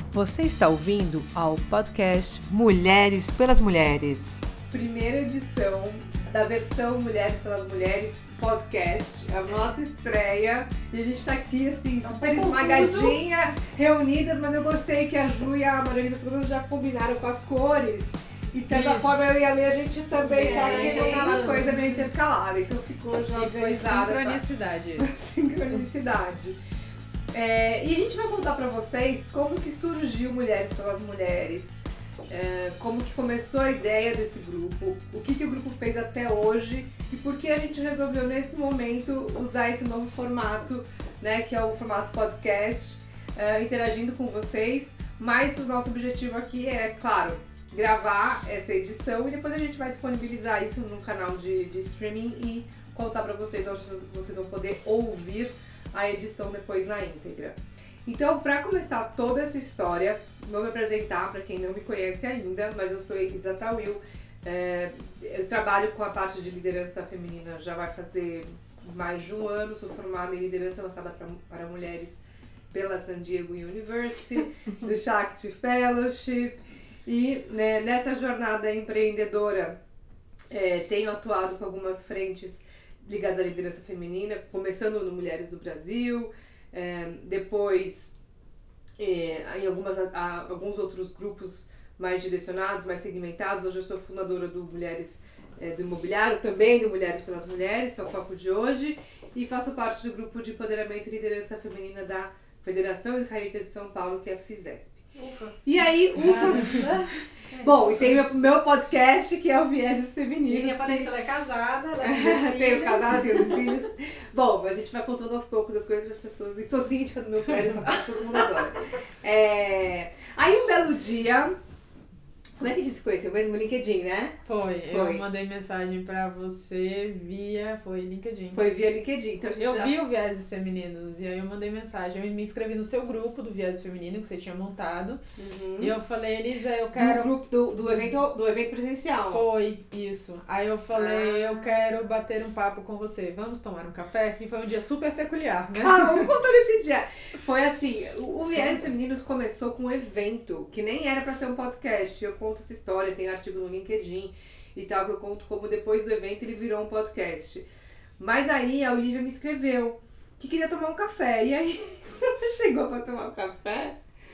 Você está ouvindo ao podcast Mulheres pelas Mulheres. Primeira edição da versão Mulheres pelas Mulheres podcast, a nossa estreia. E a gente tá aqui assim, super esmagadinha, reunidas, mas eu gostei que a Ju e a Marolina pelo menos já combinaram com as cores. E de certa forma eu e a Lê, a gente também tá aqui com aquela coisa meio intercalada. Então ficou já organizada. Sincronicidade. Sincronicidade. E a gente vai contar pra vocês como que surgiu Mulheres pelas Mulheres, como que começou a ideia desse grupo, o que o grupo fez até hoje e por que a gente resolveu nesse momento usar esse novo formato, né, que é o formato podcast, interagindo com vocês, mas o nosso objetivo aqui é, claro, gravar essa edição e depois a gente vai disponibilizar isso no canal de streaming e contar pra vocês onde vocês vão poder ouvir a edição depois na íntegra. Então, para começar toda essa história, vou me apresentar para quem não me conhece ainda, mas eu sou Elisa Tawil. Eu trabalho com a parte de liderança feminina já vai fazer mais de um ano, sou formada em liderança avançada para mulheres pela San Diego University, do Shakti Fellowship, e né, nessa jornada empreendedora tenho atuado com algumas frentes ligadas à liderança feminina, começando no Mulheres do Brasil, depois em alguns outros grupos mais direcionados, mais segmentados. Hoje eu sou fundadora do Mulheres do Imobiliário, também do Mulheres pelas Mulheres, que é o foco de hoje, e faço parte do grupo de empoderamento e liderança feminina da Federação Israelita de São Paulo, que é a FISESP. Ufa. E aí, Bom, e tem meu podcast, que é o Vieses Femininos. Minha aparência, ela é casada, ela tenho casada, tenho 2 filhos. Bom, a gente vai contando aos poucos as coisas para as pessoas. E sou síndica do meu prédio, essa parte todo mundo adora. Aí um belo dia, como é que a gente se conheceu mesmo? LinkedIn, né? Foi. Eu mandei mensagem pra você foi LinkedIn. Foi via LinkedIn. Então eu vi o Vieses Femininos e aí eu mandei mensagem. Eu me inscrevi no seu grupo do Vieses Feminino que você tinha montado. Uhum. E eu falei, Elisa, eu quero... Do grupo do evento presencial. Foi, isso. Aí eu falei, eu quero bater um papo com você. Vamos tomar um café? E foi um dia super peculiar, né? Vamos contar desse dia. Foi assim, o Vieses Femininos começou com um evento que nem era pra ser um podcast. Eu conto essa história, tem artigo no LinkedIn e tal, que eu conto como depois do evento ele virou um podcast. Mas aí a Olivia me escreveu que queria tomar um café. E aí chegou pra tomar um café.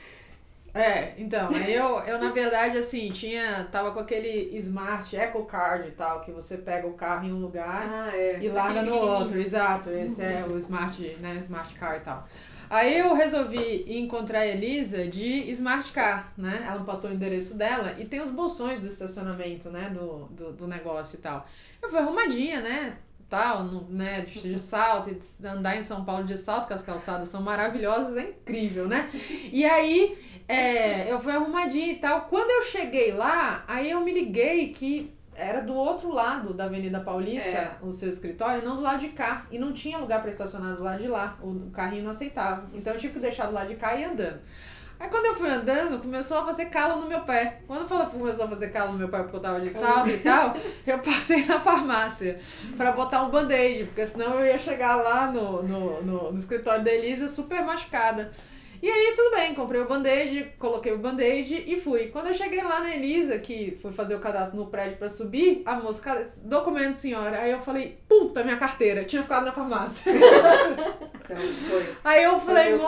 Então, aí eu na verdade assim, tava com aquele Smart Eco Card e tal, que você pega o carro em um lugar e larga no outro. Exato, esse é o Smart, né, Smart Car e tal. Aí eu resolvi encontrar a Elisa de Smart Car, né? Ela me passou o endereço dela e tem os bolsões do estacionamento, né? Do negócio e tal. Eu fui arrumadinha, né? Tal, né? De salto, e andar em São Paulo de salto, que as calçadas são maravilhosas, é incrível, né? E aí eu fui arrumadinha e tal. Quando eu cheguei lá, aí eu me liguei que era do outro lado da Avenida Paulista, o seu escritório, não do lado de cá. E não tinha lugar pra estacionar do lado de lá. O carrinho não aceitava. Então eu tive que deixar do lado de cá e ir andando. Aí quando eu fui andando, começou a fazer calo no meu pé. Quando começou a fazer calo no meu pé porque eu tava de salto e tal, eu passei na farmácia pra botar um band-aid, porque senão eu ia chegar lá no escritório da Elisa super machucada. E aí, tudo bem, comprei o band-aid, coloquei o band-aid e fui. Quando eu cheguei lá na Elisa, que fui fazer o cadastro no prédio pra subir, a moça, documento, senhora. Aí eu falei, puta, minha carteira, tinha ficado na farmácia. Então, foi. Aí eu falei,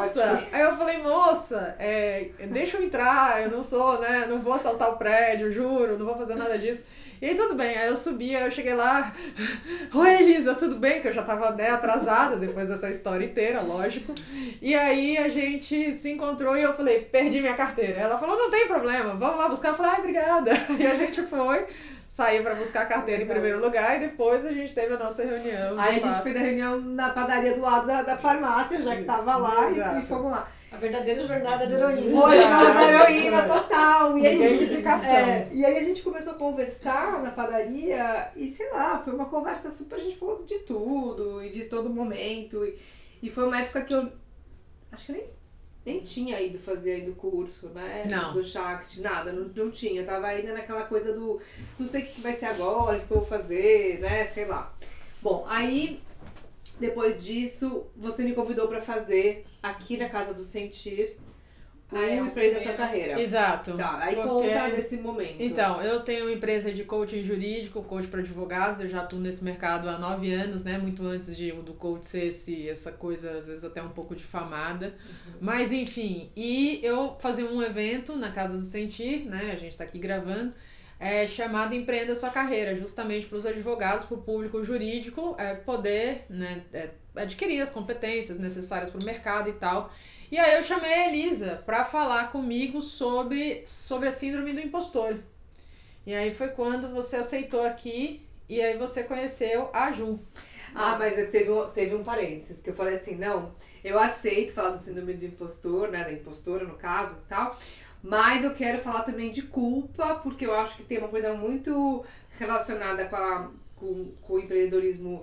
moça, deixa eu entrar, eu não sou, né, não vou assaltar o prédio, juro, não vou fazer nada disso. E aí tudo bem, aí eu subi, aí eu cheguei lá, oi Elisa, tudo bem? Que eu já tava atrasada depois dessa história inteira, lógico. E aí a gente se encontrou e eu falei, perdi minha carteira. Ela falou, não tem problema, vamos lá buscar. Eu falei, obrigada. E a gente saiu pra buscar a carteira em primeiro lugar e depois a gente teve a nossa reunião. Aí a gente fez a reunião na padaria do lado da farmácia, já que tava lá, e fomos lá. A verdadeira jornada da heroína. Foi a jornada da heroína total. E aí, e aí a gente começou a conversar na padaria e sei lá, foi uma conversa super, a gente falou de tudo e de todo momento. E foi uma época que eu acho que eu nem tinha ido fazer ainda o curso, né? Não. Do Shakti, nada, não tinha. Eu tava ainda naquela coisa do não sei o que vai ser agora, o que eu vou fazer, né? Sei lá. Bom, aí depois disso, você me convidou pra fazer aqui na Casa do Sentir Empreenda Sua Carreira. Exato. Tá, aí conta desse momento. Então, eu tenho uma empresa de coaching jurídico, coach para advogados, eu já atuo nesse mercado há 9 anos, né? Muito antes do coach ser essa coisa, às vezes até um pouco difamada. Mas, enfim, e eu fazia um evento na Casa do Sentir, né? A gente tá aqui gravando, chamado Empreenda Sua Carreira, justamente para os advogados, para o público jurídico poder, né, adquirir as competências necessárias para o mercado e tal. E aí eu chamei a Elisa para falar comigo sobre a síndrome do impostor. E aí foi quando você aceitou aqui e aí você conheceu a Ju. Mas teve um parênteses, que eu falei assim, não, eu aceito falar do síndrome do impostor, né, da impostora no caso e tal, mas eu quero falar também de culpa, porque eu acho que tem uma coisa muito relacionada com o empreendedorismo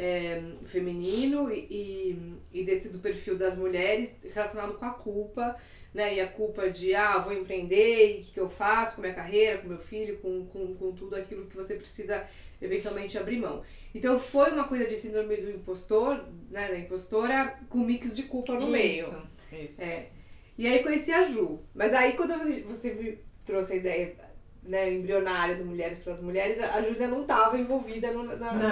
feminino e do perfil das mulheres relacionado com a culpa, né? E a culpa de, vou empreender, e o que eu faço com a minha carreira, com meu filho, com tudo aquilo que você precisa eventualmente abrir mão. Então foi uma coisa de síndrome do impostor, né? Da impostora, com mix de culpa no meio. Isso. E aí conheci a Ju. Mas aí quando você me trouxe a ideia, né, embrionária do Mulheres pelas Mulheres, a Júlia não estava envolvida no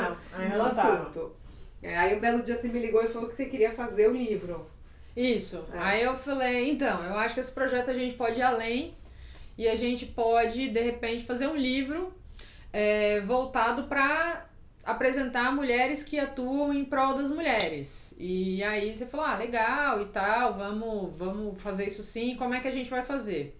assunto. Aí um belo dia você me ligou e falou que você queria fazer o livro. Isso. Aí eu falei, então, eu acho que esse projeto a gente pode ir além e a gente pode, de repente, fazer um livro voltado para apresentar mulheres que atuam em prol das mulheres. E aí você falou, legal e tal, vamos fazer isso sim, como é que a gente vai fazer?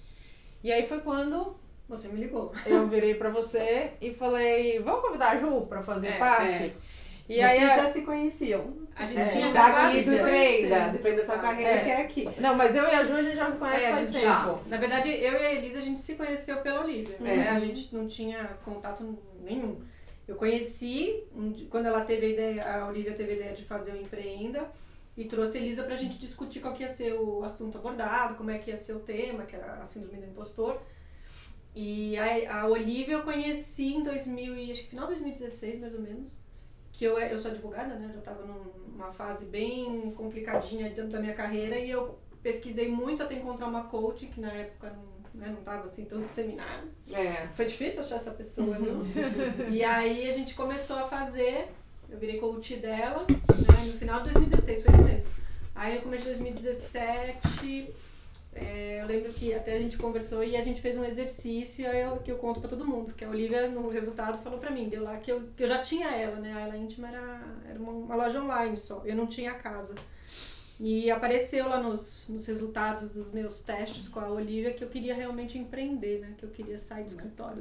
E aí foi quando você me ligou. Eu virei pra você e falei, vamos convidar a Ju pra fazer parte? E aí já se conheciam. A gente tinha daqui do Empreenda Sua Carreira, que era aqui. Não, mas eu e a Ju a gente já se conhece faz tempo. Na verdade, eu e a Elisa a gente se conheceu pela Olivia. Né? A gente não tinha contato nenhum. Eu conheci quando ela teve a ideia, a Olivia teve a ideia de fazer o Empreenda e trouxe a Elisa pra gente discutir qual que ia ser o assunto abordado, como é que ia ser o tema, que era a síndrome do impostor. E a Olivia eu conheci em acho que final de 2016, mais ou menos, que eu sou advogada, né, já estava numa fase bem complicadinha dentro da minha carreira e eu pesquisei muito até encontrar uma coach, que na época não estava assim tão disseminada. Foi difícil achar essa pessoa, viu? E aí a gente começou a fazer, eu virei coach dela, né, no final de 2016, foi isso mesmo. Aí no começo de 2017... eu lembro que até a gente conversou e a gente fez um exercício que eu conto pra todo mundo, porque a Olivia no resultado falou pra mim, deu lá que eu já tinha ela, né, a Ela Íntima era uma loja online só, eu não tinha casa. E apareceu lá nos resultados dos meus testes com a Olivia que eu queria realmente empreender, né, que eu queria sair do escritório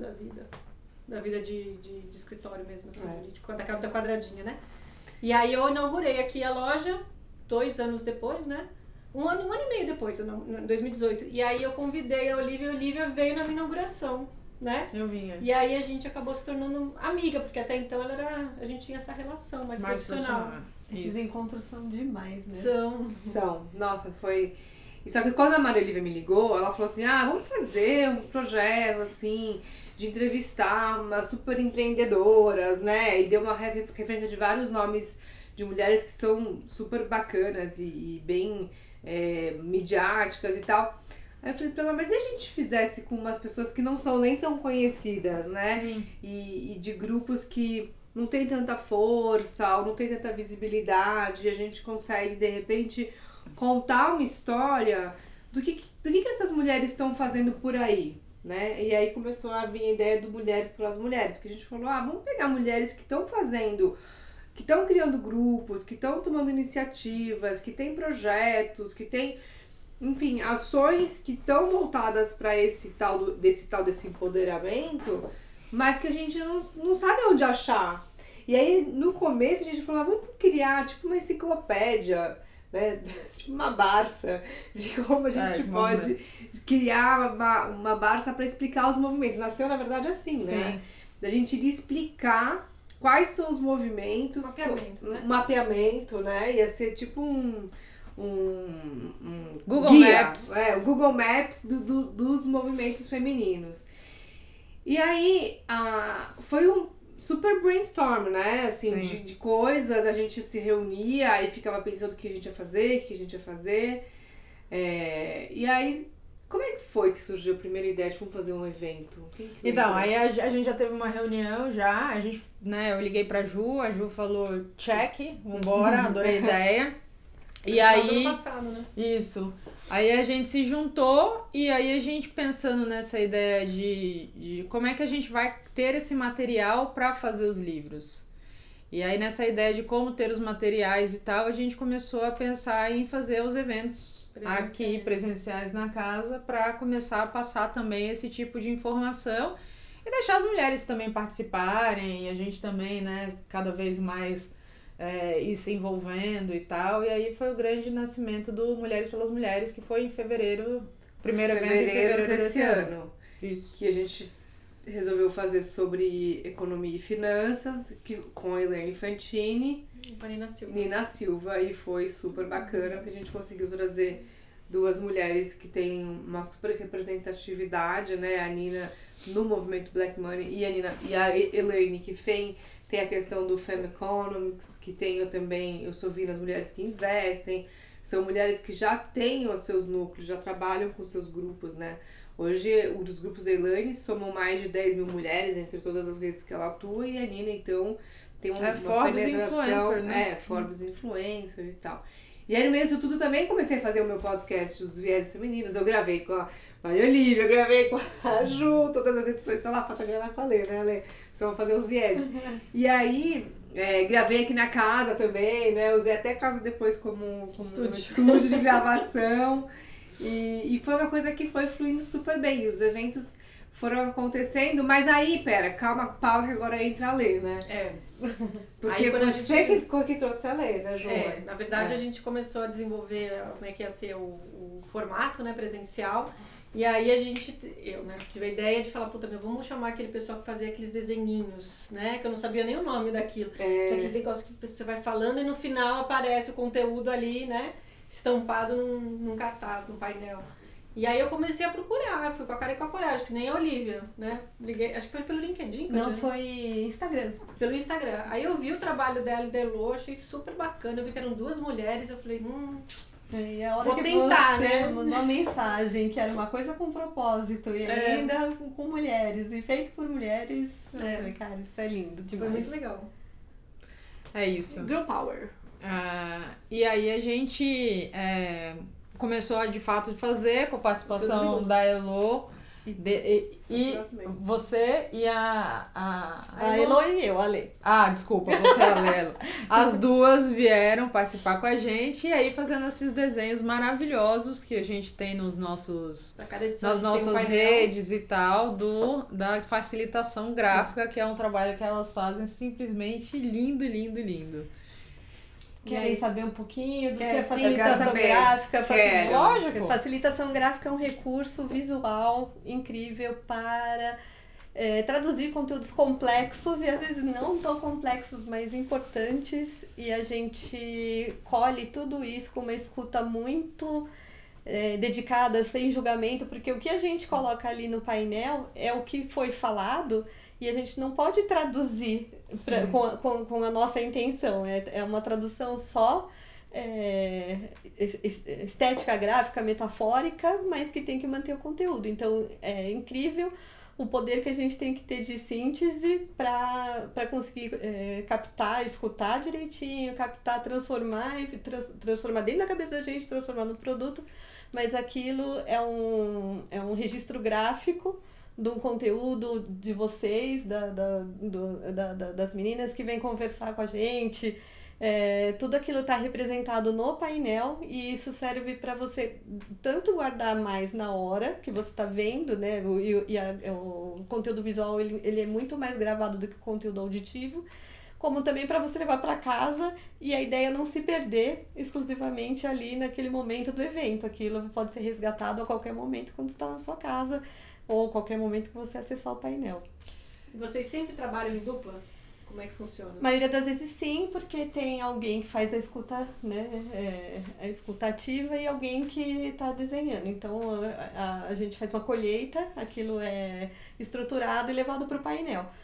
da vida de escritório mesmo, assim, da quadradinha, né. E aí eu inaugurei aqui a loja 2 anos depois, né. Um ano e meio depois, em 2018. E aí eu convidei a Olivia veio na minha inauguração, né? Eu vinha. E aí a gente acabou se tornando amiga, porque até então a gente tinha essa relação mais profissional. Esses encontros são demais, né? São. Nossa, foi... Só que quando a Maria Olivia me ligou, ela falou assim, vamos fazer um projeto, assim, de entrevistar umas super empreendedoras, né? E deu uma referência de vários nomes de mulheres que são super bacanas e bem... midiáticas e tal. Aí eu falei pra ela, mas e a gente fizesse com umas pessoas que não são nem tão conhecidas, né? E de grupos que não tem tanta força ou não tem tanta visibilidade, e a gente consegue, de repente, contar uma história do que essas mulheres estão fazendo por aí, né? E aí começou a vir a ideia do Mulheres pelas Mulheres, que a gente falou, vamos pegar mulheres que estão fazendo, que estão criando grupos, que estão tomando iniciativas, que têm projetos, que têm, enfim, ações que estão voltadas para desse empoderamento, mas que a gente não sabe onde achar. E aí, no começo, a gente falou, vamos criar, tipo, uma enciclopédia, né? Tipo uma Barça, de como a gente pode criar uma Barça para explicar os movimentos. Nasceu, na verdade, assim, né? Da gente iria explicar quais são os movimentos, mapeamento, né? Ia ser tipo um Google guia, Maps. O Google Maps dos movimentos femininos. E aí, foi um super brainstorm, né? Assim, de coisas, a gente se reunia e ficava pensando o que a gente ia fazer, E aí, como é que foi que surgiu a primeira ideia de vamos fazer um evento? Então, aí a gente já teve uma reunião eu liguei pra Ju, a Ju falou, check, vambora, adorei a ideia. E aí, ano passado, né? Isso. Aí a gente se juntou e aí a gente pensando nessa ideia de como é que a gente vai ter esse material para fazer os livros. E aí nessa ideia de como ter os materiais e tal, a gente começou a pensar em fazer os eventos aqui presenciais na casa para começar a passar também esse tipo de informação e deixar as mulheres também participarem e a gente também, né, cada vez mais ir se envolvendo e tal. E aí foi o grande nascimento do Mulheres pelas Mulheres, que foi em fevereiro, primeiro evento em fevereiro desse ano. Isso. Que a gente resolveu fazer sobre economia e finanças, com a Elaine Fantini e a Nina Silva, e foi super bacana, porque a gente conseguiu trazer duas mulheres que têm uma super representatividade, né? A Nina no movimento Black Money e a Elaine, que tem a questão do Femme Economics, que eu sou vindo as mulheres que investem, são mulheres que já têm os seus núcleos, já trabalham com seus grupos, né? Hoje, os grupos da Elaine somam mais de 10 mil mulheres entre todas as redes que ela atua, e a Nina, então, tem uma Forbes penetração... Influencer, né? Forbes Influencer e tal. E aí, no meio disso tudo, também comecei a fazer o meu podcast dos Vieses Femininos. Eu gravei com a Maria Olívia, eu gravei com a Ju, todas as edições estão lá, falta gravar com a Lê, né, Lê? Só vou fazer os Vieses. E aí... gravei aqui na casa também, né? Usei até a casa depois como estúdio de gravação. E foi uma coisa que foi fluindo super bem. E os eventos foram acontecendo, mas aí, calma, pausa que agora entra a Lê, né? Porque você que trouxe a Lê, né, Ju? Na verdade a gente começou a desenvolver como é que ia ser o formato, né, presencial. E aí eu tive a ideia de falar, vamos chamar aquele pessoal que fazia aqueles desenhinhos, né? Que eu não sabia nem o nome daquilo. Aquele negócio que você vai falando e no final aparece o conteúdo ali, né? Estampado num cartaz, num painel. E aí eu comecei a procurar, fui com a cara e com a coragem, que nem a Olivia, né? Liguei, acho que foi pelo LinkedIn. Não, foi Instagram. Pelo Instagram. Aí eu vi o trabalho dela e da Elô, achei super bacana. Eu vi que eram duas mulheres, eu falei, E a hora vou que tentar, você né? mandou uma mensagem que era uma coisa com propósito e ainda com mulheres e feito por mulheres, eu falei, cara, isso é lindo demais. Foi muito legal. É isso. Girl Power. E aí a gente começou de fato a fazer com a participação da Elô e você e a Elô e eu, a Lê. Desculpa, você e a Lelo. As duas vieram participar com a gente e aí fazendo esses desenhos maravilhosos que a gente tem nas nossas redes e tal, da facilitação gráfica, que é um trabalho que elas fazem simplesmente lindo, lindo, lindo. Querem saber um pouquinho do que é facilitação gráfica? Lógico! Facilitação gráfica é um recurso visual incrível para traduzir conteúdos complexos e às vezes não tão complexos, mas importantes, e a gente colhe tudo isso com uma escuta muito dedicada, sem julgamento, porque o que a gente coloca ali no painel é o que foi falado e a gente não pode traduzir com a nossa intenção. É uma tradução só estética, gráfica, metafórica, mas que tem que manter o conteúdo. Então é incrível o poder que a gente tem que ter de síntese para conseguir captar, escutar direitinho, captar, transformar dentro da cabeça da gente, transformar no produto, mas aquilo é um registro gráfico do conteúdo de vocês, das meninas que vêm conversar com a gente. Tudo aquilo está representado no painel e isso serve para você tanto guardar mais na hora que você está vendo, né? O conteúdo visual ele é muito mais gravado do que o conteúdo auditivo, como também para você levar para casa e a ideia não se perder exclusivamente ali naquele momento do evento. Aquilo pode ser resgatado a qualquer momento quando está na sua casa ou qualquer momento que você acessar o painel. Vocês sempre trabalham em dupla? Como é que funciona? A maioria das vezes sim, porque tem alguém que faz a escuta, né, a escuta ativa e alguém que está desenhando. Então a gente faz uma colheita, aquilo é estruturado e levado para o painel.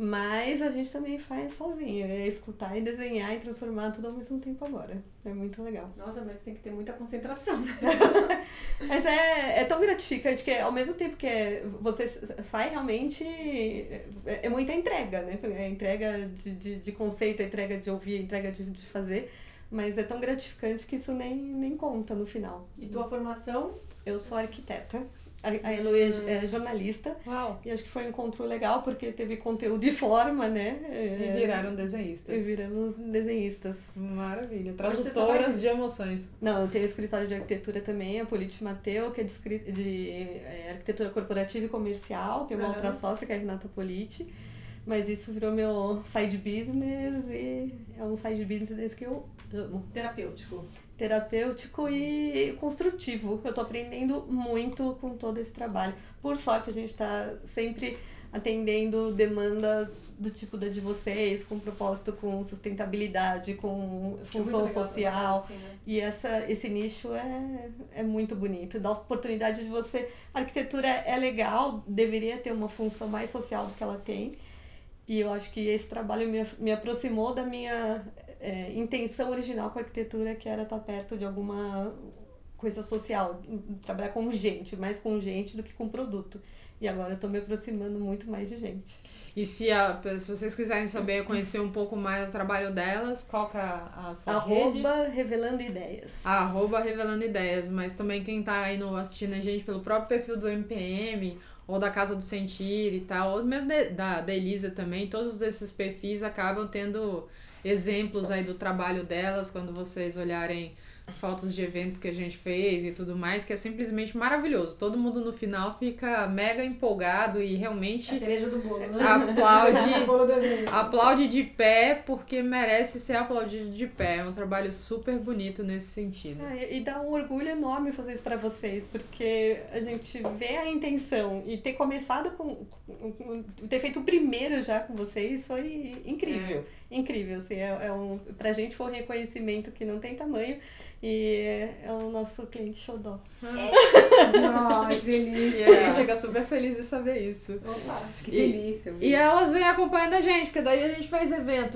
Mas a gente também faz sozinho, é escutar e desenhar e transformar tudo ao mesmo tempo agora. É muito legal. Nossa, mas tem que ter muita concentração. Mas é tão gratificante que ao mesmo tempo que você sai realmente, é muita entrega, né? É entrega de conceito, é entrega de ouvir, é entrega de fazer. Mas é tão gratificante que isso nem conta no final. E tua formação? Eu sou arquiteta. A Elo é jornalista. Uau. E acho que foi um encontro legal, porque teve conteúdo e forma, né? E viraram desenhistas. E viramos desenhistas. Maravilha. Tradutoras de emoções. Não, eu tenho escritório de arquitetura também, a Politi Mateu, que é de arquitetura corporativa e comercial. Tem uma outra sócia, que é a Renata Politi. Mas isso virou meu side business e é um side business que eu amo. Terapêutico e construtivo. Eu tô aprendendo muito com todo esse trabalho. Por sorte, a gente tá sempre atendendo demanda do tipo da de vocês, com propósito, com sustentabilidade, com função social. Assim, né? E esse nicho é muito bonito. Dá oportunidade de você... A arquitetura é legal, deveria ter uma função mais social do que ela tem. E eu acho que esse trabalho me aproximou da minha intenção original com a arquitetura, que era estar perto de alguma coisa social, trabalhar com gente, mais com gente do que com produto. E agora eu estou me aproximando muito mais de gente. E se vocês quiserem saber, conhecer um pouco mais o trabalho delas, qual que é a sua rede? @Revelando Ideias. @Revelando Ideias, mas também quem tá aí assistindo a gente pelo próprio perfil do MPM, ou da Casa do Sentir e tal, ou mesmo da Elisa também, todos esses perfis acabam tendo exemplos aí do trabalho delas, quando vocês olharem fotos de eventos que a gente fez e tudo mais, que é simplesmente maravilhoso. Todo mundo no final fica mega empolgado e realmente a cereja do bolo, né? aplaude de pé, porque merece ser aplaudido de pé. É um trabalho super bonito nesse sentido. E dá um orgulho enorme fazer isso pra vocês, porque a gente vê a intenção e ter começado ter feito o primeiro já com vocês foi incrível. Incrível, assim, pra gente foi um reconhecimento que não tem tamanho e é o nosso cliente xodó. Ai, que delícia. E a gente fica super feliz de saber isso. Opa, que delícia. E elas vêm acompanhando a gente, porque daí a gente fez evento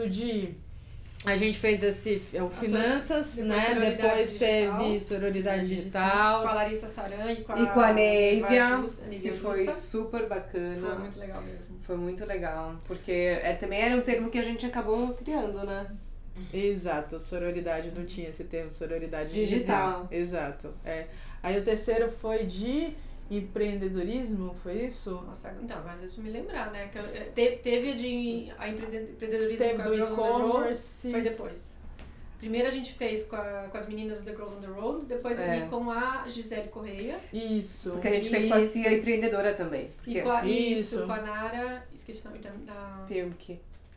a gente fez o Finanças, né? Depois teve Sororidade Digital. Com a Larissa Saran e com a Neivia, que foi super bacana. Foi muito legal mesmo. Foi muito legal, porque também era um termo que a gente acabou criando, né? Exato, sororidade não tinha esse termo, sororidade digital. Exato. Aí o terceiro foi de empreendedorismo, foi isso? Nossa, então, agora vocês vão me lembrar, né? Teve a empreendedorismo teve com a do Girls on the Road, e-commerce. foi depois. Primeiro a gente fez com as meninas do The Girls on the Road, depois com a Gisele Correia. Isso. Porque a gente fez com a Cia Empreendedora também. E com a Nara, esqueci o nome da... Pirmke.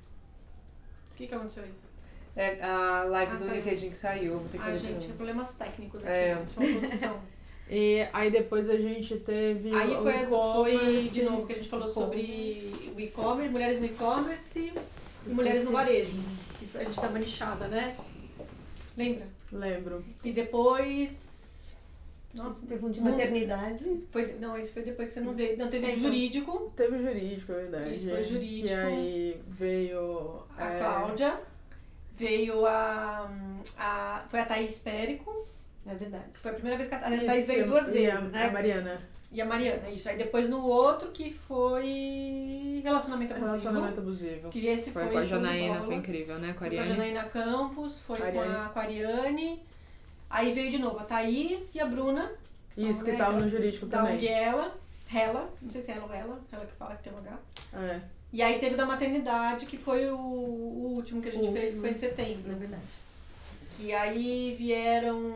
O que aconteceu aí? A live do LinkedIn que saiu, vou ter que fazer gente, problemas técnicos aqui, só produção. E aí depois a gente teve aí o foi de novo que a gente falou sobre o e-commerce, mulheres no e-commerce e mulheres no varejo. Que a gente tava nichada, né? Lembra? Lembro. E depois... Nossa, teve um de maternidade. Esse foi depois que você não veio. Não, teve jurídico. Teve jurídico, é verdade. Isso, foi jurídico. E aí veio... A Cláudia. Veio foi a Thaís Périco. É verdade. Foi a primeira vez que a Thaís veio duas vezes, né? A Mariana. E a Mariana, isso. Aí depois no outro que foi relacionamento abusivo. Que esse foi com a Janaína, foi incrível, né? Com a Ariane. Com a Janaína Campos, foi com a Ariane. Aí veio de novo a Thaís e a Bruna. Que estavam no jurídico também. Da Hela, não sei se é ela ou ela que fala que tem um H. E aí teve o da maternidade, que foi o último que a gente fez, que foi em setembro. É verdade. Que aí vieram...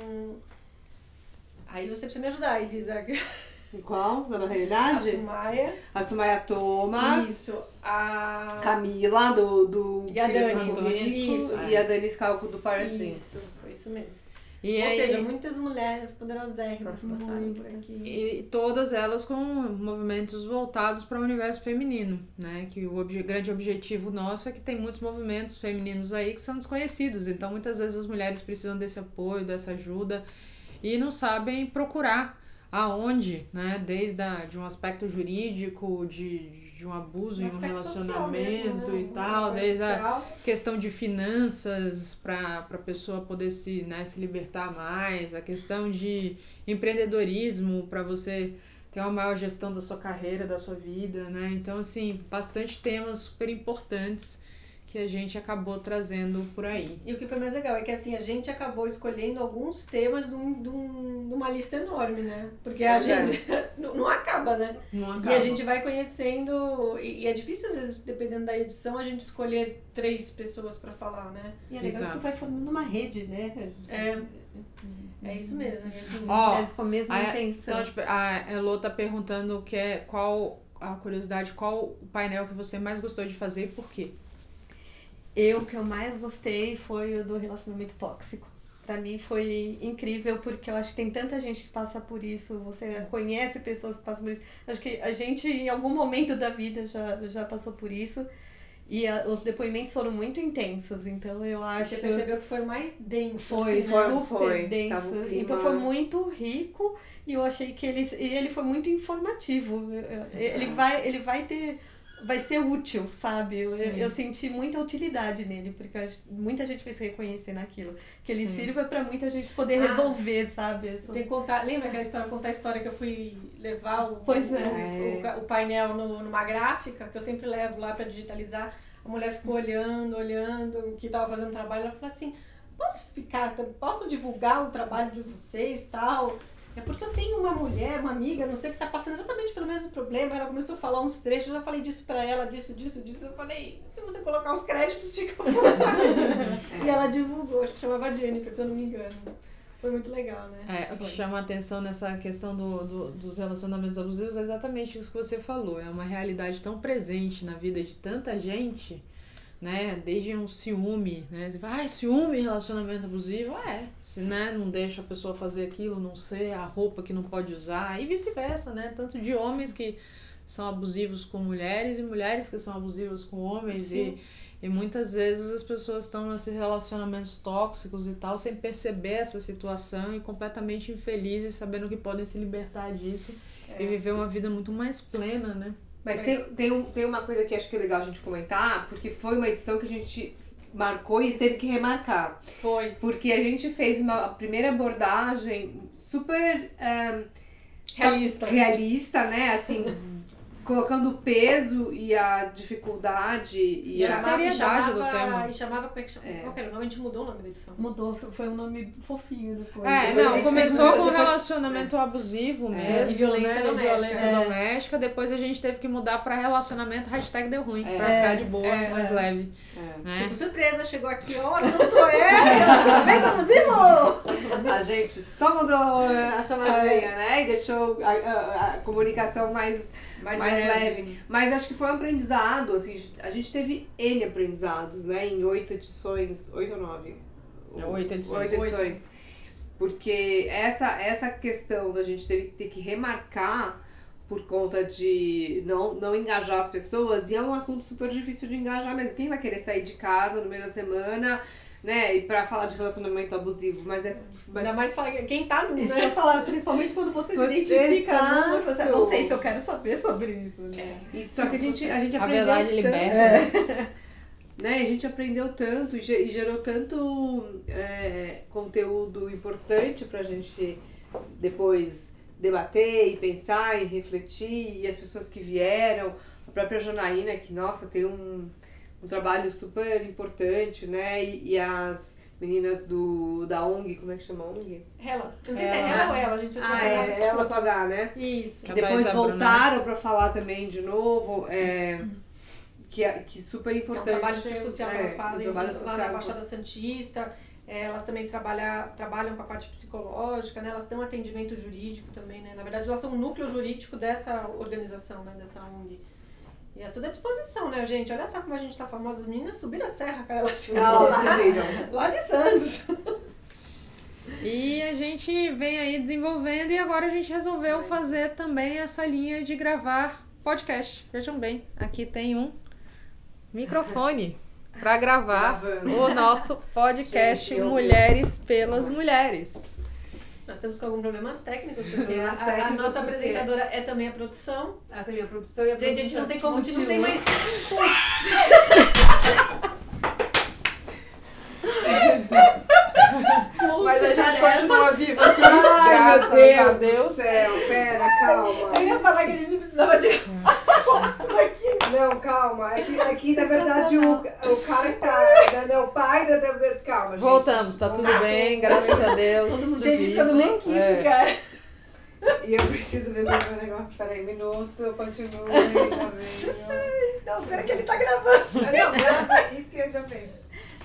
Aí você precisa me ajudar, Elisa. Qual? Da maternidade? A Sumaia Thomas. Isso. A Camila, do e a Dani. Isso. E a Dani Scalco do Paradinho. Isso, foi isso mesmo. Ou aí, seja, muitas mulheres poderosérrimas passaram por aqui. E todas elas com movimentos voltados para o universo feminino, né? Que o grande objetivo nosso é que tem muitos movimentos femininos aí que são desconhecidos. Então, muitas vezes as mulheres precisam desse apoio, dessa ajuda e não sabem procurar aonde, né, desde de um aspecto jurídico, de um abuso em um relacionamento mesmo, né? E tal, desde a questão de finanças para a pessoa poder se libertar mais, a questão de empreendedorismo para você ter uma maior gestão da sua carreira, da sua vida, né? Então, assim, bastante temas super importantes que a gente acabou trazendo por aí. E o que foi mais legal é que, assim, a gente acabou escolhendo alguns temas de uma lista enorme, né? Porque a gente não acaba, né? Não acaba. E a gente vai conhecendo, e é difícil, às vezes, dependendo da edição, a gente escolher 3 pessoas pra falar, né? E é legal que você vai formando uma rede, né? É isso mesmo. Mulheres com a mesma intenção. Então, tipo, a Elô tá perguntando qual a curiosidade, qual o painel que você mais gostou de fazer e por quê? O que eu mais gostei foi o do relacionamento tóxico. Pra mim foi incrível, porque eu acho que tem tanta gente que passa por isso, você conhece pessoas que passam por isso. Acho que a gente, em algum momento da vida, já passou por isso. E os depoimentos foram muito intensos, então eu acho... Você percebeu que foi o mais denso. Foi, assim, super denso. Então foi muito rico e eu achei que ele foi muito informativo. Ele vai ser útil, sabe? Eu senti muita utilidade nele, porque muita gente vai se reconhecer naquilo. Que ele sirva pra muita gente poder resolver, sabe? Tem que contar, lembra aquela história, contar a história que eu fui levar o painel numa gráfica, que eu sempre levo lá pra digitalizar. A mulher ficou olhando o que tava fazendo o trabalho, ela falou assim, posso divulgar o trabalho de vocês e tal? É porque eu tenho uma mulher, uma amiga, não sei, que tá passando exatamente pelo mesmo problema. Ela começou a falar uns trechos, eu já falei disso pra ela, disso. Eu falei, se você colocar os créditos, fica à vontade. E ela divulgou, acho que chamava Jennifer, se eu não me engano. Foi muito legal, né? O que chama a atenção nessa questão dos relacionamentos abusivos é exatamente isso que você falou. É uma realidade tão presente na vida de tanta gente, né? Desde um ciúme, né? Você fala, ciúme, relacionamento abusivo, se, né, não deixa a pessoa fazer aquilo, não ser a roupa que não pode usar, e vice-versa, né? Tanto de homens que são abusivos com mulheres e mulheres que são abusivas com homens, e muitas vezes as pessoas estão nesses relacionamentos tóxicos e tal, sem perceber essa situação e completamente infelizes, sabendo que podem se libertar disso e viver uma vida muito mais plena, né? Mas tem uma coisa que acho que é legal a gente comentar, porque foi uma edição que a gente marcou e teve que remarcar. Foi. Porque a gente fez uma primeira abordagem super realista, né? Assim, colocando o peso e a dificuldade e a seriedade do tema. E chamava, como é que chama? Qual que era o nome? A gente mudou o nome da edição. Mudou, foi um nome fofinho depois. Começou com relacionamento abusivo mesmo. E violência doméstica. Violência doméstica, depois a gente teve que mudar pra relacionamento #deu ruim, pra ficar de boa, mais leve. Tipo, surpresa, chegou aqui, assunto relacionamento abusivo! A gente só mudou a chamadinha, né? E deixou a comunicação mais leve. Mas acho que foi um aprendizado, assim, a gente teve N aprendizados, né? Em 8 edições, 8 ou 9? 8 edições. 8 edições. Porque essa questão da gente ter que remarcar por conta de não engajar as pessoas, e é um assunto super difícil de engajar mesmo. Quem vai querer sair de casa no meio da semana, né, e pra falar de relacionamento abusivo, ainda mais falar quem tá nu, isso né? eu falar, principalmente quando você se identifica nu, você não sei se eu quero saber sobre isso. Né? Só que a gente aprendeu a verdade liberta. Né, a gente aprendeu tanto e gerou tanto conteúdo importante pra gente depois debater e pensar e refletir, e as pessoas que vieram, a própria Janaína, que, nossa, tem um trabalho super importante, né? E as meninas da ONG, como é que chama a ONG? Ela. Eu não sei se é ela ou ela, a gente ela com H, né? Isso. Que depois voltaram pra falar também de novo, que super importante. É um trabalho social que elas fazem lá na Baixada Santista. Elas também trabalham com a parte psicológica, né? Elas têm um atendimento jurídico também, né? Na verdade, elas são um núcleo jurídico dessa organização, né? Dessa ONG. E é tudo à disposição, né, gente? Olha só como a gente tá famosa. As meninas subiram a serra, cara. Elas ficaram lá de Santos. E a gente vem aí desenvolvendo, e agora a gente resolveu fazer também essa linha de gravar podcast. Vejam bem, aqui tem um microfone para gravar o nosso podcast Mulheres pelas Mulheres. Nós temos com alguns problemas técnicos, porque a nossa apresentadora é também a produção. Ela também é a produção e a Gente, a gente não tem como, a gente não tem mais... Mas a gente continua viva aqui, graças a Deus. Do céu, pera, calma. Eu ia falar que a gente precisava de foto daqui. Não, calma. É que na verdade, o cara que tá... Né, o pai da... Calma, gente. Voltamos, tá tudo bem, graças a Deus. Gente, tá numa equipe, cara. E eu preciso resolver um negócio. Peraí, um minuto, eu continuo e já venho. Não, pera que ele tá gravando. Não, grava aí porque eu já venho.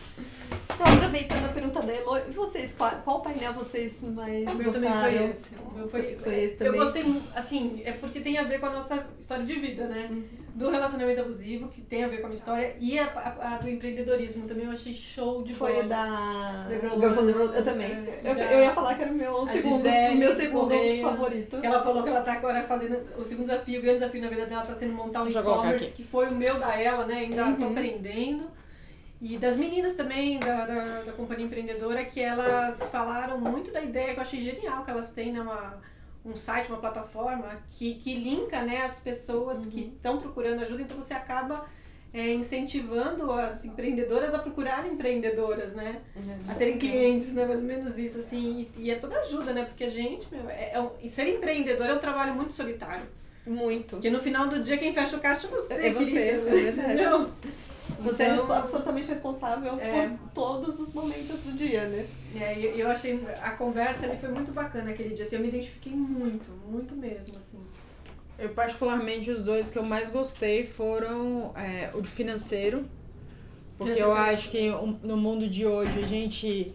Então, aproveitando a pergunta da Elo, e vocês, qual painel vocês mais O gostaram? meu também foi esse. O meu foi esse eu também? gostei, assim, é porque tem a ver com a nossa história de vida, né? Do relacionamento abusivo, que tem a ver com a minha história, e a do empreendedorismo também eu achei show de bola. Foi da The Girls on the Road, eu também. Eu ia falar que era o meu segundo Correia, favorito. Que ela falou que ela tá agora fazendo o segundo desafio, o grande desafio na vida dela tá sendo montar um Deixa eu colocar e-commerce, aqui. que foi o meu da ela, né? Ainda tô aprendendo. E das meninas também, da companhia empreendedora, que elas falaram muito da ideia, que eu achei genial, que elas têm, né, um site, uma plataforma que linka, né, as pessoas que estão procurando ajuda, então você acaba incentivando as empreendedoras a procurarem empreendedoras, né, a terem clientes, né, mais ou menos isso, assim, e é toda ajuda, né, porque a gente, e ser empreendedor é um trabalho muito solitário. Muito. Porque no final do dia quem fecha o caixa é você, É você, querida, é verdade. entendeu? Você é Então, absolutamente responsável por todos os momentos do dia, né? Eu achei a conversa ali foi muito bacana aquele dia, assim, eu me identifiquei muito, muito mesmo, assim. Eu particularmente, os dois que eu mais gostei foram o de financeiro, porque eu acho que no mundo de hoje a gente...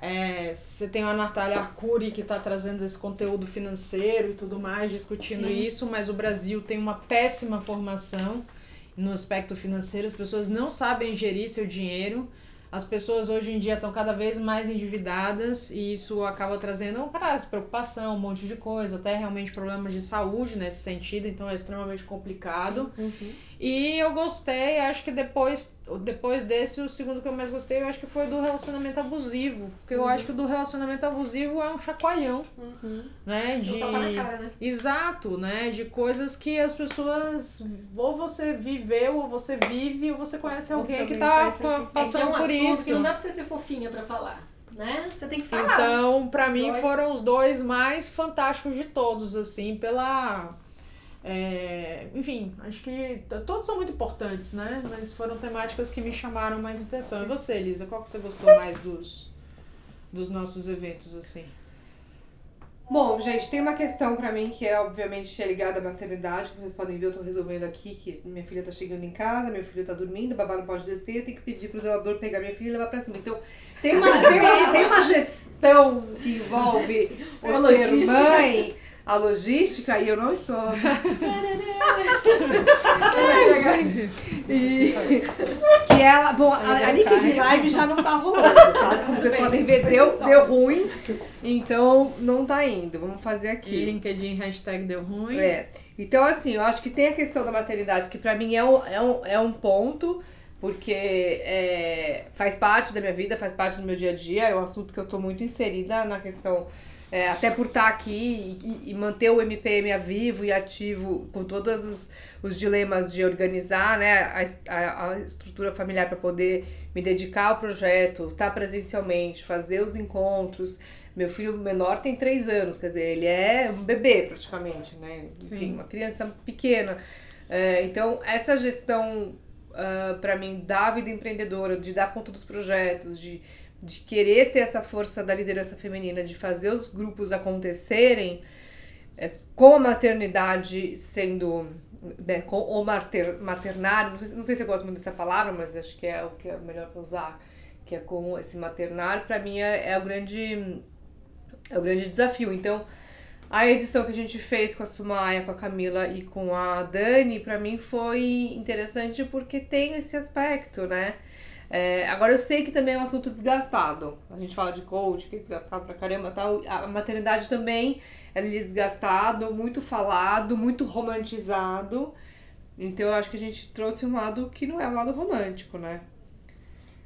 você tem a Natália Arcuri que está trazendo esse conteúdo financeiro e tudo mais, discutindo isso, mas o Brasil tem uma péssima formação no aspecto financeiro, as pessoas não sabem gerir seu dinheiro, as pessoas hoje em dia estão cada vez mais endividadas e isso acaba trazendo preocupação, um monte de coisa, até realmente problemas de saúde nesse sentido, então é extremamente complicado. E eu gostei, acho que depois desse, o segundo que eu mais gostei, eu acho que foi do relacionamento abusivo, porque eu acho que o do relacionamento abusivo é um chacoalhão, né, de... tapa na cara, né? Exato, né, de coisas que as pessoas, ou você viveu, ou você vive, ou você conhece alguém que tá passando por isso. Que não dá pra você ser fofinha pra falar, né? Você tem que falar. Então, pra mim, foram os dois mais fantásticos de todos, assim, pela... enfim, acho que todos são muito importantes, né? Mas foram temáticas que me chamaram mais atenção. E você, Elisa, qual que você gostou mais dos nossos eventos, assim? Bom, gente, tem uma questão pra mim que obviamente ligada à maternidade, como vocês podem ver, eu tô resolvendo aqui que minha filha tá chegando em casa, meu filho tá dormindo, o babá não pode descer, eu tenho que pedir pro zelador pegar minha filha e levar pra cima. Então, tem uma gestão que envolve o ser mãe, a logística, e eu não estou... que ela... Bom, a link de live já não tá rolando, tá? Como vocês podem ver, deu ruim. Então, não tá indo. Vamos fazer aqui. LinkedIn, hashtag deu ruim. Então, assim, eu acho que tem a questão da maternidade, que pra mim é um ponto, porque faz parte da minha vida, faz parte do meu dia a dia. É um assunto que eu tô muito inserida na questão... até por estar aqui e manter o MPM vivo e ativo com todos os dilemas de organizar, né, a estrutura familiar para poder me dedicar ao projeto, estar presencialmente, fazer os encontros. Meu filho menor tem 3 anos, quer dizer, ele é um bebê praticamente, né? Enfim, uma criança pequena. Então, essa gestão, para mim, da vida empreendedora, de dar conta dos projetos, de querer ter essa força da liderança feminina, de fazer os grupos acontecerem, com a maternidade sendo, né, com o maternário, não sei se eu gosto muito dessa palavra, mas acho que é o que é melhor para usar, que é com esse maternário, para mim é o grande desafio. Então, a edição que a gente fez com a Sumaia, com a Camila e com a Dani, para mim foi interessante porque tem esse aspecto, né? Agora eu sei que também é um assunto desgastado. A gente fala de coach, que é desgastado pra caramba, tal. A maternidade também é desgastado, muito falado, muito romantizado. Então eu acho que a gente trouxe um lado que não é um lado romântico, né?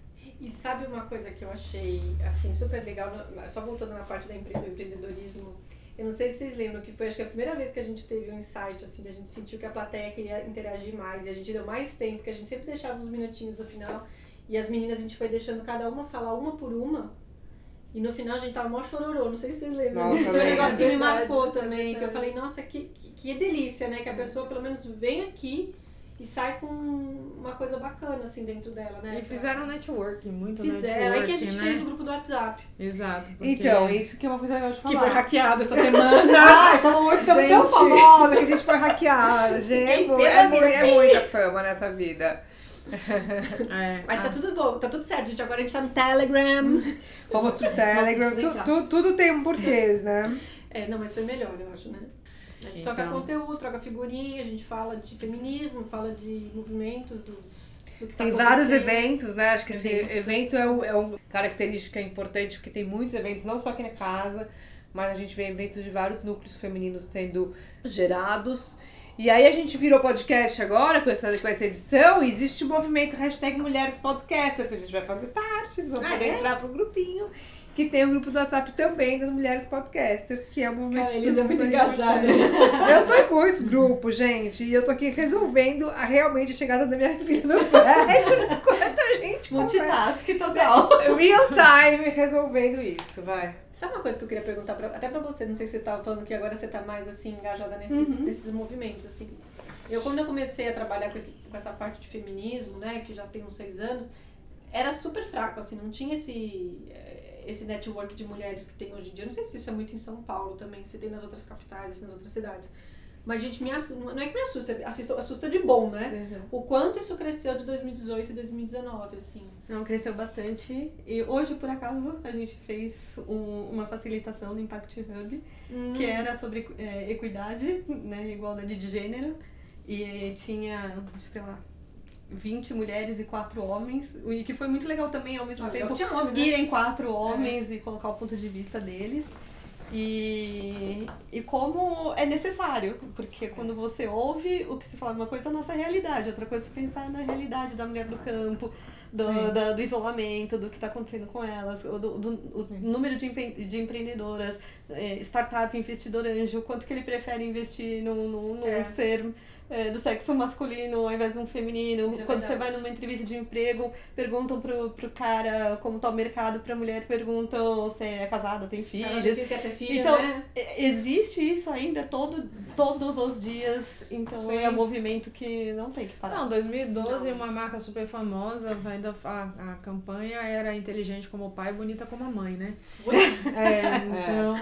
E sabe uma coisa que eu achei, assim, super legal, só voltando na parte do empreendedorismo, eu não sei se vocês lembram que foi, acho que a primeira vez que a gente teve um insight, assim, a gente sentiu que a plateia queria interagir mais, e a gente deu mais tempo, porque a gente sempre deixava uns minutinhos no final, e as meninas a gente foi deixando cada uma falar uma por uma, e no final a gente tava mó chororô, não sei se vocês lembram. Nossa, foi um negócio que me verdade, marcou também, que eu falei, nossa, que delícia, né, que a pessoa pelo menos vem aqui, e sai com uma coisa bacana, assim, dentro dela, né? E fizeram networking, muito networking, aí que a gente né? fez o grupo do WhatsApp. Exato. Porque... Então, isso que é uma coisa legal de falar. Que foi hackeado essa semana. Ai, tamo tão Gente. famosa que a gente foi hackeada. Gente, é muita fama nessa vida. Mas tá tudo bom, tá tudo certo, gente. Agora a gente tá no Telegram. Vamos pro Telegram. Tudo tem um porquê, né? Não, mas foi melhor, eu acho, né? A gente troca conteúdo, troca figurinha, a gente fala de feminismo, fala de movimentos, do que tá tem vários eventos, né? Acho que esse evento é uma característica importante, porque tem muitos eventos, não só aqui na casa, mas a gente vê eventos de vários núcleos femininos sendo gerados. E aí a gente virou podcast agora com essa edição, e existe o movimento Mulheres Podcasters, que a gente vai fazer parte, vocês vão poder entrar pro grupinho. Que tem o grupo do WhatsApp também das Mulheres Podcasters, que é um movimento super eles é muito engajado. Eu tô em muitos grupos, gente, e eu tô aqui resolvendo realmente a chegada da minha filha no prédio, enquanto a gente multitask total. Real time resolvendo isso, vai. Sabe uma coisa que eu queria perguntar até pra você, não sei se você tava falando que agora você tá mais assim, engajada nesses movimentos, assim. Quando eu comecei a trabalhar com essa parte de feminismo, né, que já tem uns 6 anos, era super fraco, assim, não tinha esse network de mulheres que tem hoje em dia. Não sei se isso é muito em São Paulo também, se tem nas outras capitais, assim, nas outras cidades. Mas, gente, não é que me assusta, assusta de bom, né? Uhum. O quanto isso cresceu de 2018 e 2019, assim. Não, cresceu bastante. E hoje, por acaso, a gente fez uma facilitação no Impact Hub, que era sobre equidade, né, igualdade de gênero. E tinha, sei lá, 20 mulheres e 4 homens, e que foi muito legal também, ao mesmo tempo, irem 4 homens e colocar o ponto de vista deles. E como é necessário, porque quando você ouve o que se fala, uma coisa é a nossa realidade, outra coisa é pensar na realidade da mulher do campo, do isolamento, do que está acontecendo com elas, o número de empreendedoras, startup, investidor anjo, quanto que ele prefere investir num ser do sexo masculino ao invés de um feminino. Quando você vai numa entrevista de emprego, perguntam pro cara como tá o mercado, pra mulher perguntam se é casada, tem filhos. Quer ter filho, então, né? Existe isso ainda todos os dias, então é um movimento que não tem que parar. Não, 2012, uma marca super famosa, a campanha era inteligente como o pai, bonita como a mãe, né? Então,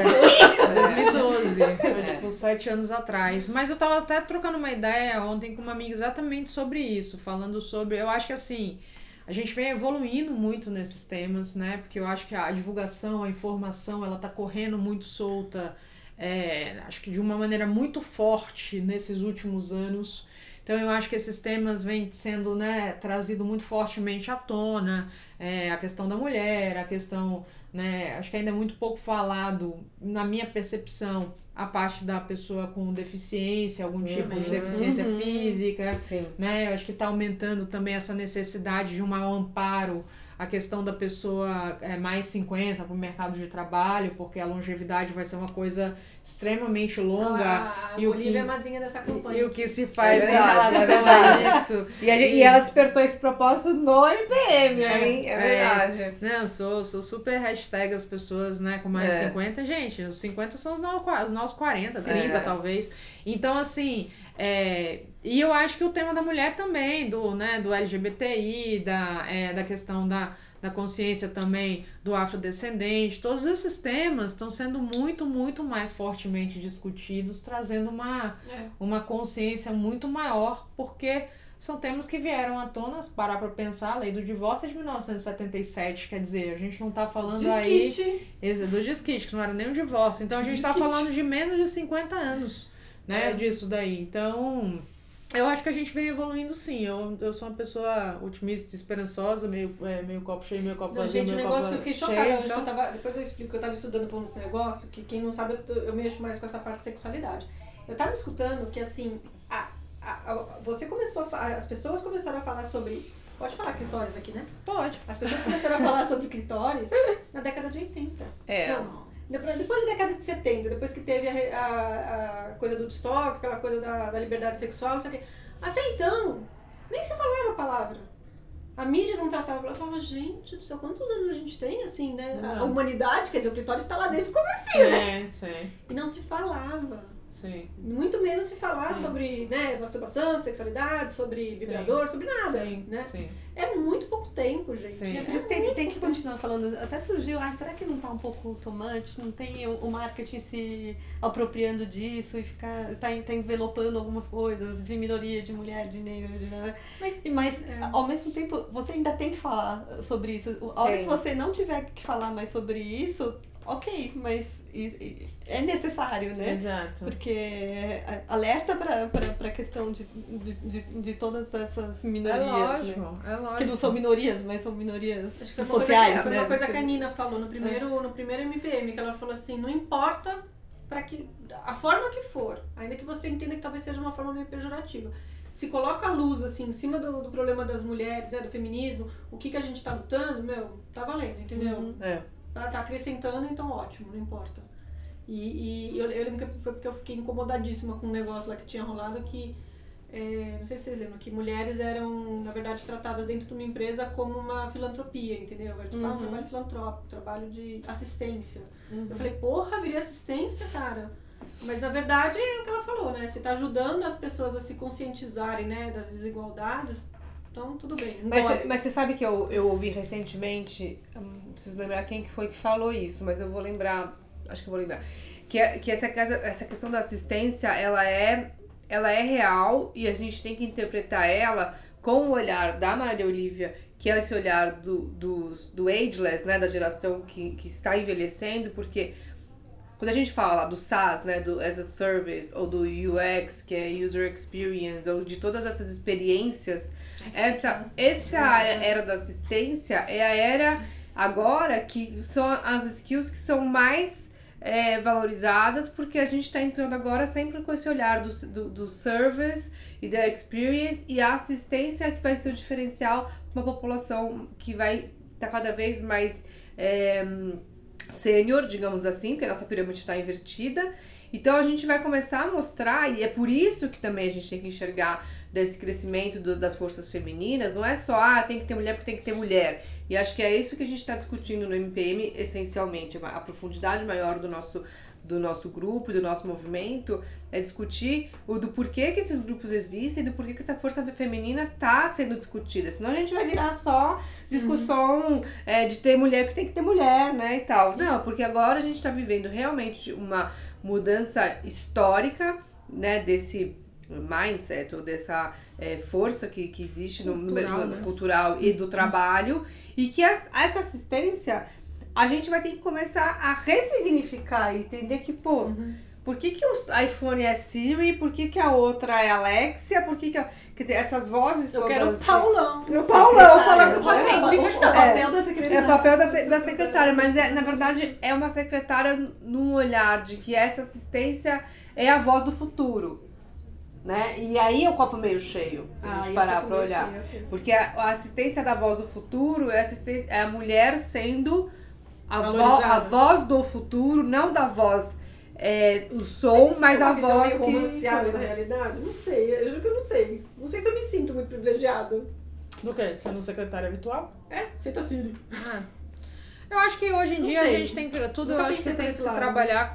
2012, tipo 7 anos atrás. Mas eu tava até trocando uma ideia ontem com uma amiga exatamente sobre isso, falando sobre, eu acho que assim, a gente vem evoluindo muito nesses temas, né, porque eu acho que a divulgação, a informação, ela tá correndo muito solta, acho que de uma maneira muito forte nesses últimos anos. Então eu acho que esses temas vêm sendo, né, trazido muito fortemente à tona, a questão da mulher, a questão, né, acho que ainda é muito pouco falado, na minha percepção, a parte da pessoa com deficiência, algum tipo de deficiência física, né, eu acho que está aumentando também essa necessidade de um amparo, a questão da pessoa mais 50 para o mercado de trabalho, porque a longevidade vai ser uma coisa extremamente longa. A Olivia é a madrinha dessa campanha. E o que se faz em relação a isso. E ela despertou esse propósito no MPM, hein? É verdade. Não, eu sou super hashtag as pessoas, né, com mais 50. Gente, os 50 são os nossos 40, 30 talvez. Então, assim... e eu acho que o tema da mulher também, do LGBTI, da questão da consciência também do afrodescendente, todos esses temas estão sendo muito, muito mais fortemente discutidos, trazendo uma consciência muito maior, porque são temas que vieram à tona, se parar para pensar, a lei do divórcio é de 1977, quer dizer, a gente não está falando do desquite, que não era nem um divórcio, então a gente está falando de menos de 50 anos. Né, disso daí. Então, eu acho que a gente vem evoluindo sim. Eu sou uma pessoa otimista, esperançosa, meio copo cheio, meio copo vazio, meio copo cheio. Gente, o negócio que eu fiquei chocada, depois eu explico, eu tava estudando por um negócio, que quem não sabe, eu mexo mais com essa parte de sexualidade. Eu tava escutando que, assim, você começou as pessoas começaram a falar sobre Pode falar clitóris aqui, né? Pode. As pessoas começaram a falar sobre clitóris na década de 80. Então, depois da década de 70, depois que teve a coisa do Woodstock, aquela coisa da liberdade sexual, não sei o quê. Até então, nem se falava a palavra. A mídia não tratava. Eu falava, gente do céu, quantos anos a gente tem, assim, né? A humanidade, quer dizer, o clitóris está lá desde o comecinho, né? Sim. E não se falava. Sim. Muito menos se falar sobre, né, masturbação, sexualidade, sobre vibrador, sobre nada, né? Sim. É muito pouco tempo, gente. Sim. Por isso tem que continuar falando. Até surgiu, será que não tá um pouco too much? Não tem o marketing se apropriando disso e tá envelopando algumas coisas de minoria, de mulher, de negro, mas ao mesmo tempo, você ainda tem que falar sobre isso. A hora que você não tiver que falar mais sobre isso, ok, mas é necessário, né? Exato. Porque alerta para a questão de todas essas minorias. É lógico. Que não são minorias, mas são minorias sociais, né? Foi uma coisa que a Nina falou no primeiro MPM, que ela falou assim, não importa a forma que for, ainda que você entenda que talvez seja uma forma meio pejorativa. Se coloca a luz, assim, em cima do problema das mulheres, do feminismo, o que a gente tá lutando, tá valendo, entendeu? Tá acrescentando, então ótimo, não importa. E eu lembro que foi porque eu fiquei incomodadíssima com um negócio lá que tinha rolado que, não sei se vocês lembram, que mulheres eram, na verdade, tratadas dentro de uma empresa como uma filantropia, entendeu? Era tipo, um trabalho filantrópico, trabalho de assistência. Eu falei, porra, virei assistência, cara. Mas na verdade é o que ela falou, né? Você tá ajudando as pessoas a se conscientizarem, né, das desigualdades. Então, tudo bem. Mas você sabe que eu ouvi recentemente, não preciso lembrar quem que foi que falou isso, mas eu vou lembrar, acho que eu vou lembrar, que essa questão da assistência, ela é real e a gente tem que interpretar ela com o olhar da Maria Olivia, que é esse olhar do ageless, né, da geração que está envelhecendo, porque quando a gente fala do SaaS, né, do as a service, ou do UX, que é user experience, ou de todas essas experiências, essa era da assistência é a era agora que são as skills que são mais valorizadas, porque a gente está entrando agora sempre com esse olhar do service e da experience, e a assistência que vai ser o diferencial para uma população que vai estar cada vez mais sênior, digamos assim, porque a nossa pirâmide está invertida. Então a gente vai começar a mostrar, e é por isso que também a gente tem que enxergar desse crescimento das forças femininas, não é só, tem que ter mulher porque tem que ter mulher. E acho que é isso que a gente está discutindo no MPM, essencialmente, a profundidade maior do nosso grupo, do nosso movimento, é discutir do porquê que esses grupos existem, do porquê que essa força feminina está sendo discutida. Senão a gente vai virar só discussão de ter mulher porque tem que ter mulher, né, e tal. Sim. Não, porque agora a gente está vivendo realmente uma mudança histórica, né, desse mindset, ou dessa força que existe no mercado cultural e do trabalho, e que essa assistência a gente vai ter que começar a ressignificar e entender que, por que o iPhone é Siri, por que a outra é Alexia, por que quer dizer, essas vozes eu todas... quero o Paulão. O Paulão falando com a gente. O papel da secretária. É o papel da secretária, mas na verdade é uma secretária num olhar de que essa assistência é a voz do futuro, né? E aí é o copo meio cheio, se a gente parar pra olhar. Cheio, okay. Porque a assistência da voz do futuro é a mulher sendo a voz do futuro, não da voz... o som, mas a voz que... romanceada na realidade? Não sei, eu juro que eu não sei. Não sei se eu me sinto muito privilegiada. Do quê? Sendo secretária virtual? Sinto a Siri. Eu acho que hoje em dia a gente tem que... Eu acho que tem que se trabalhar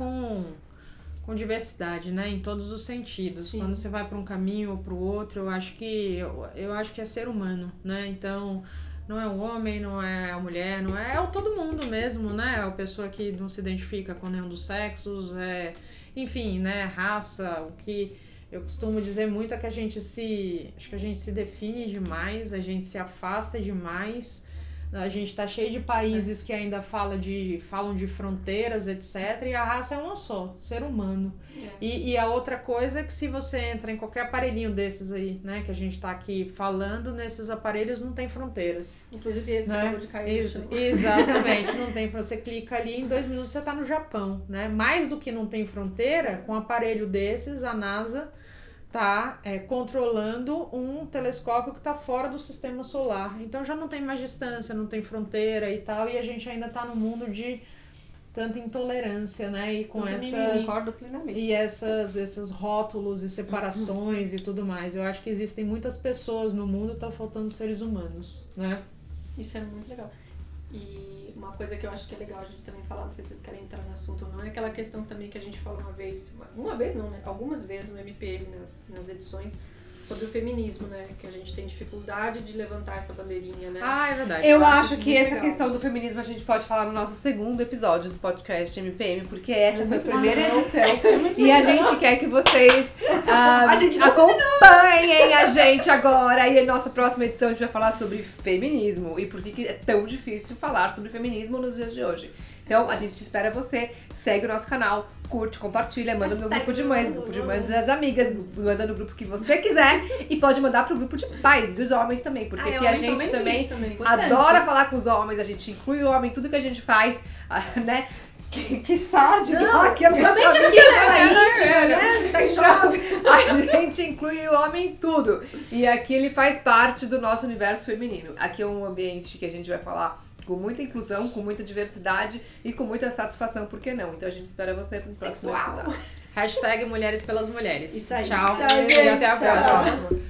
com diversidade, né? Em todos os sentidos. Sim. Quando você vai para um caminho ou para o outro, eu acho que é ser humano, né? Então... Não é o homem, não é a mulher, não é o todo mundo mesmo, né? É a pessoa que não se identifica com nenhum dos sexos, enfim, né? Raça, o que eu costumo dizer muito é que acho que a gente se define demais, a gente se afasta demais, a gente tá cheio de países que ainda falam de fronteiras, etc. E a raça é uma só, ser humano. E a outra coisa é que se você entra em qualquer aparelhinho desses aí, né, que a gente tá aqui falando, nesses aparelhos não tem fronteiras. Inclusive esse que acabou de cair no chão. Exatamente, não tem. Você clica ali, em 2 minutos você tá no Japão, né? Mais do que não tem fronteira, com um aparelho desses, a NASA tá controlando um telescópio que está fora do sistema solar. Então já não tem mais distância, não tem fronteira e tal, e a gente ainda está num mundo de tanta intolerância, né? E com concordo plenamente. E esses rótulos e separações e tudo mais. Eu acho que existem muitas pessoas no mundo, tá faltando seres humanos, né? Isso é muito legal. E uma coisa que eu acho que é legal a gente também falar, não sei se vocês querem entrar no assunto ou não, é aquela questão também que a gente falou uma vez não, né? Algumas vezes no MPM, nas edições, sobre o feminismo, né? Que a gente tem dificuldade de levantar essa bandeirinha, né? Ah, é verdade. Eu acho que essa legal. questão do feminismo a gente pode falar no nosso segundo episódio do podcast MPM, porque essa foi a primeira edição. E a gente quer que vocês acompanhem a gente agora. E a nossa próxima edição a gente vai falar sobre feminismo e por que é tão difícil falar sobre feminismo nos dias de hoje. Então, a gente espera você, segue o nosso canal, curte, compartilha, manda no grupo de mães das amigas, manda no grupo que você quiser e pode mandar pro grupo de pais, dos homens também, porque aqui a gente também adora falar com os homens, a gente inclui o homem em tudo que a gente faz, né? Que sádico! Somente aqui, né? Sex shop. A gente inclui o homem em tudo. E aqui ele faz parte do nosso universo feminino. Aqui é um ambiente que a gente vai falar com muita inclusão, com muita diversidade e com muita satisfação, por que não? Então a gente espera você pro próximo episódio. #Mulheres pelas Mulheres. Isso aí. Tchau. Tchau, e até a próxima.